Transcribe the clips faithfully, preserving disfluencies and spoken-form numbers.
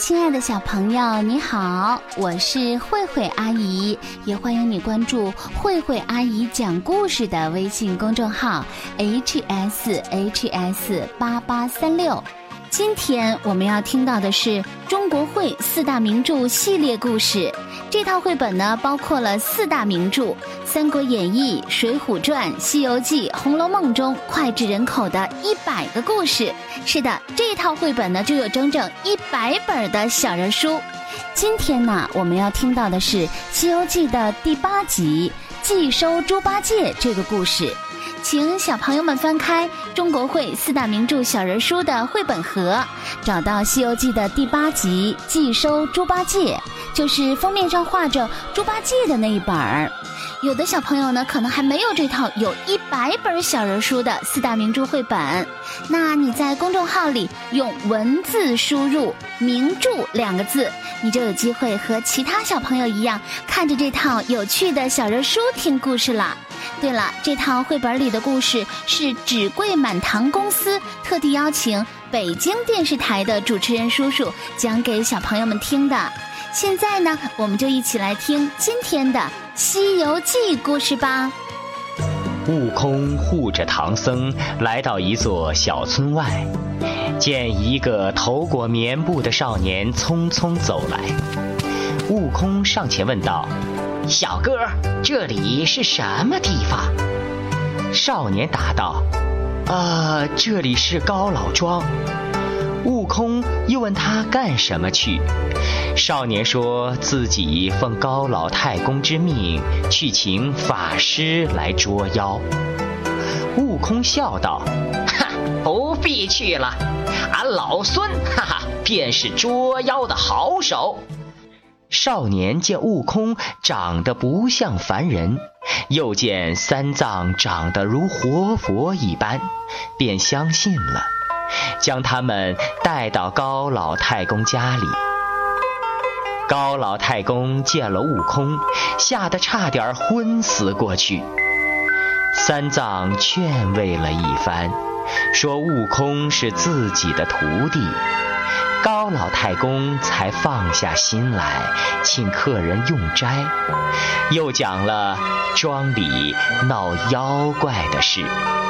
亲爱的小朋友，你好，我是慧慧阿姨，也欢迎你关注慧慧阿姨讲故事的微信公众号 H S H S 八八三六。今天我们要听到的是中国绘四大名著系列故事。这套绘本呢，包括了四大名著《三国演义》《水浒传》《西游记》《红楼梦》中脍炙人口的一百个故事。是的，这套绘本呢就有整整一百本的小人书。今天呢，我们要听到的是《西游记》的第八集《祭收猪八戒》这个故事。请小朋友们翻开中国绘四大名著小人书的绘本盒，找到《西游记》的第八集《祭收猪八戒》，就是封面上画着猪八戒的那一本儿。有的小朋友呢，可能还没有这套有一百本小人书的四大名著绘本。那你在公众号里用文字输入“名著”两个字，你就有机会和其他小朋友一样，看着这套有趣的小人书听故事了。对了，这套绘本里的故事是纸贵满堂公司特地邀请北京电视台的主持人叔叔讲给小朋友们听的。现在呢，我们就一起来听今天的《西游记》故事吧。 悟空护着唐僧来到一座小村外，见一个头裹棉布的少年匆匆走来。悟空上前问道：小哥，这里是什么地方？少年答道：啊，这里是高老庄。悟空又问他干什么去，少年说自己奉高老太公之命去请法师来捉妖。悟空笑道：哈，不必去了，俺老孙哈哈便是捉妖的好手。少年见悟空长得不像凡人，又见三藏长得如活佛一般，便相信了，将他们带到高老太公家里。高老太公见了悟空，吓得差点昏死过去。三藏劝慰了一番，说悟空是自己的徒弟，高老太公才放下心来请客人用斋，又讲了庄里闹妖怪的事。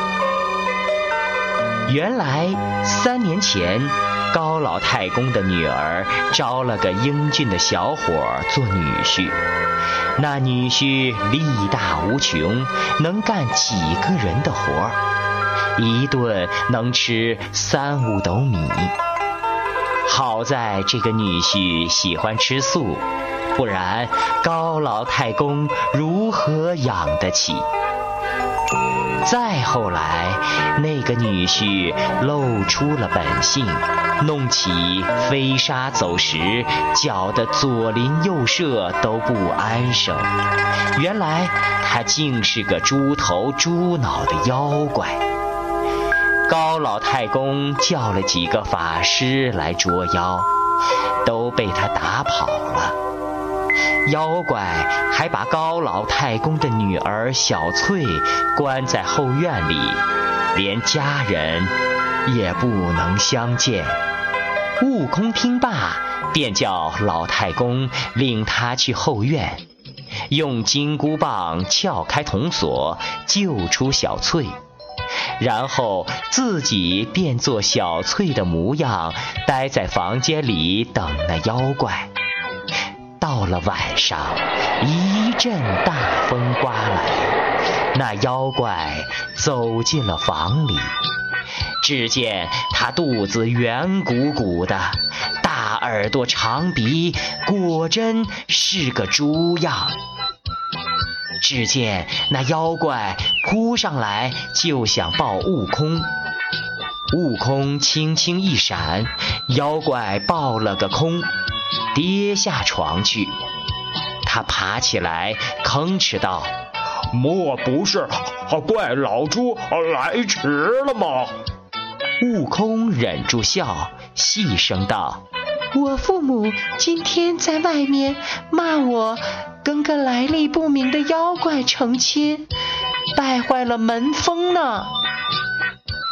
原来三年前，高老太公的女儿招了个英俊的小伙做女婿，那女婿力大无穷，能干几个人的活，一顿能吃三五斗米。好在这个女婿喜欢吃素，不然高老太公如何养得起？再后来，那个女婿露出了本性，弄起飞沙走石，搅得左邻右舍都不安生。原来他竟是个猪头猪脑的妖怪。高老太公叫了几个法师来捉妖，都被他打跑了。妖怪还把高老太公的女儿小翠关在后院里，连家人也不能相见。悟空听罢，便叫老太公领他去后院，用金箍棒撬开铜锁，救出小翠，然后自己变作小翠的模样，待在房间里等那妖怪。到了晚上，一阵大风刮来，那妖怪走进了房里。只见他肚子圆鼓鼓的，大耳朵长鼻，果真是个猪样。只见那妖怪扑上来就想抱悟空，悟空轻轻一闪，妖怪抱了个空，跌下床去。他爬起来吭哧道：莫不是怪老猪来迟了吗？悟空忍住笑，细声道：我父母今天在外面骂我跟个来历不明的妖怪成亲，败坏了门风呢。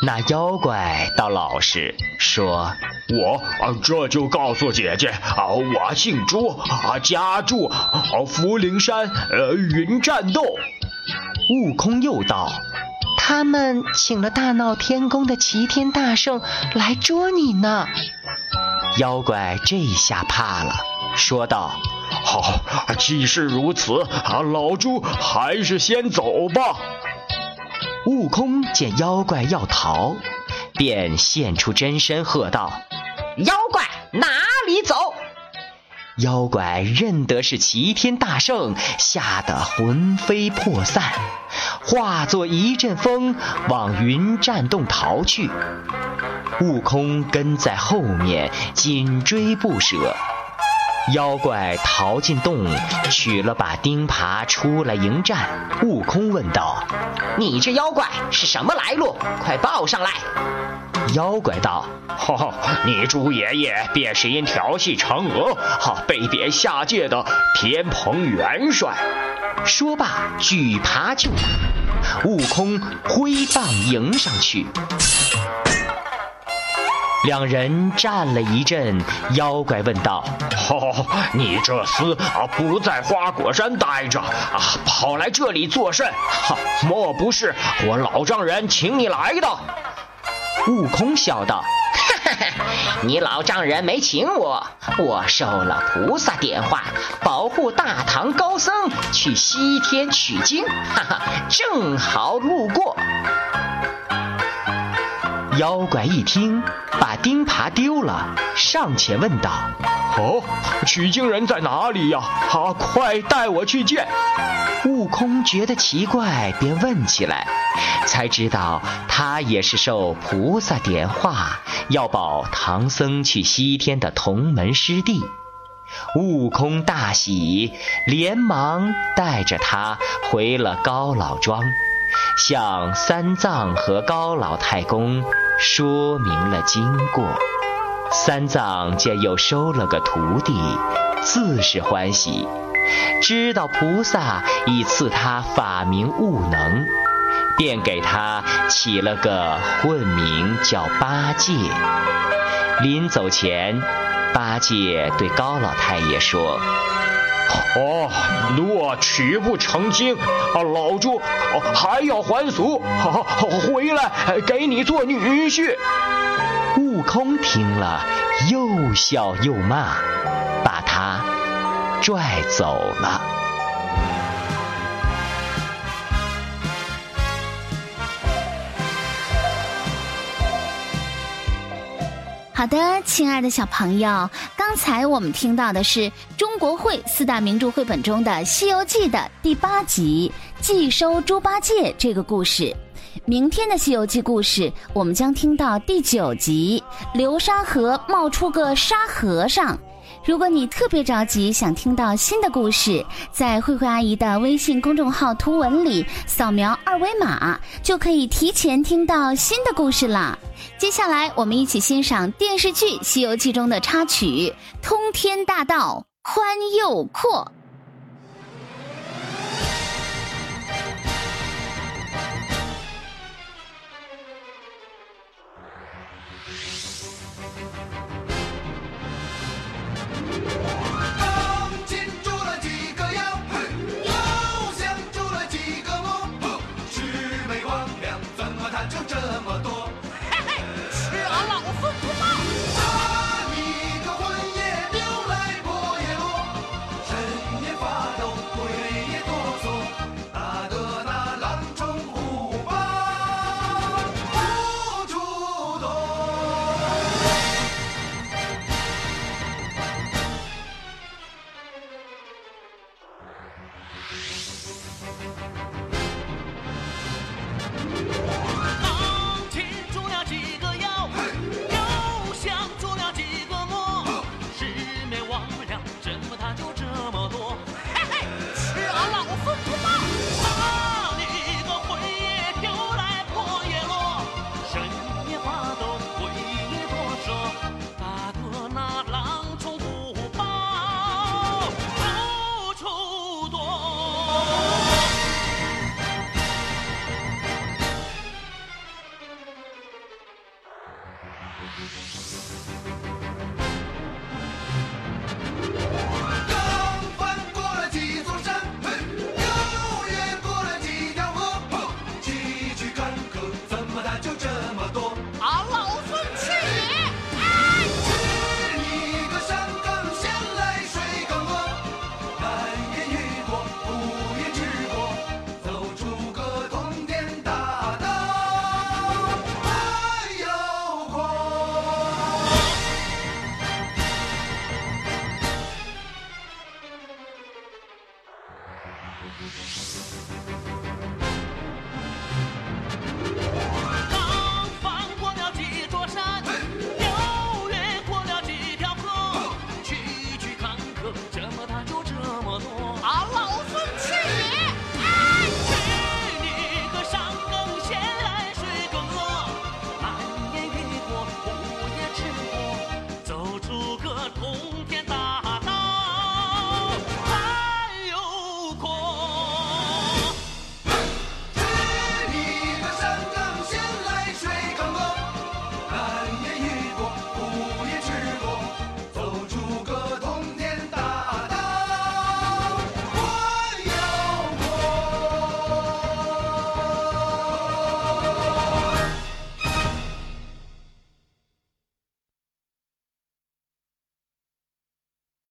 那妖怪倒老实，说：“ 我啊，这就告诉姐姐啊，我姓朱啊，家住啊福陵山呃云栈洞。” 悟空又道：“他们请了大闹天宫的齐天大圣来捉你呢。”妖怪这下怕了，说道：“ 好，既是如此啊，老朱还是先走吧。” 悟空见妖怪要逃，便现出真身，喝道：“ 妖怪哪里走？” 妖怪认得是齐天大圣，吓得魂飞魄散，化作一阵风往云栈洞逃去。悟空跟在后面紧追不舍。妖怪逃进洞，取了把钉耙出来迎战。悟空问道：“ 你这妖怪是什么来路？快报上来！” 妖怪道：“ 哈哈，你猪爷爷便是因调戏嫦娥，哈被贬下界的天蓬元帅。” 说罢，举耙就打。悟空挥棒迎上去。两人战了一阵，妖怪问道：“ 哦，你这厮啊，不在花果山待着啊，跑来这里作甚？哈，莫不是我老丈人请你来的？” 悟空笑道：“ 哈哈，你老丈人没请我，我受了菩萨点化，保护大唐高僧去西天取经，哈哈，正好路过。” 妖怪一听，把钉耙丢了，上前问道：“ 哦，取经人在哪里呀？啊，快带我去见！” 悟空觉得奇怪，便问起来，才知道他也是受菩萨点化，要保唐僧去西天的同门师弟。悟空大喜，连忙带着他回了高老庄，向三藏和高老太公说明了经过。三藏见又收了个徒弟，自是欢喜，知道菩萨已赐他法名悟能，便给他起了个混名叫八戒。临走前，八戒对高老太爷说：“ 哦，若取不成经，啊，老猪哦还要还俗，好，回来给你做女婿。” 悟空听了，又笑又骂，把他拽走了。 好的，亲爱的小朋友，刚才我们听到的是中国会四大名著绘本中的《西游记》的第八集《祭收猪八戒》这个故事。明天的《西游记》故事，我们将听到第九集流沙河冒出个沙和尚。如果你特别着急想听到新的故事，在慧慧阿姨的微信公众号图文里扫描二维码，就可以提前听到新的故事啦。接下来我们一起欣赏电视剧《西游记》中的插曲《通天大道宽又阔》。 刚翻过了几座山，又越过了几条河，区区坎坷，这么大就这么多。 啊，老孙去你！ 去你个山更闲来水更热，蓝也越过，虎也吃过，走出个通天大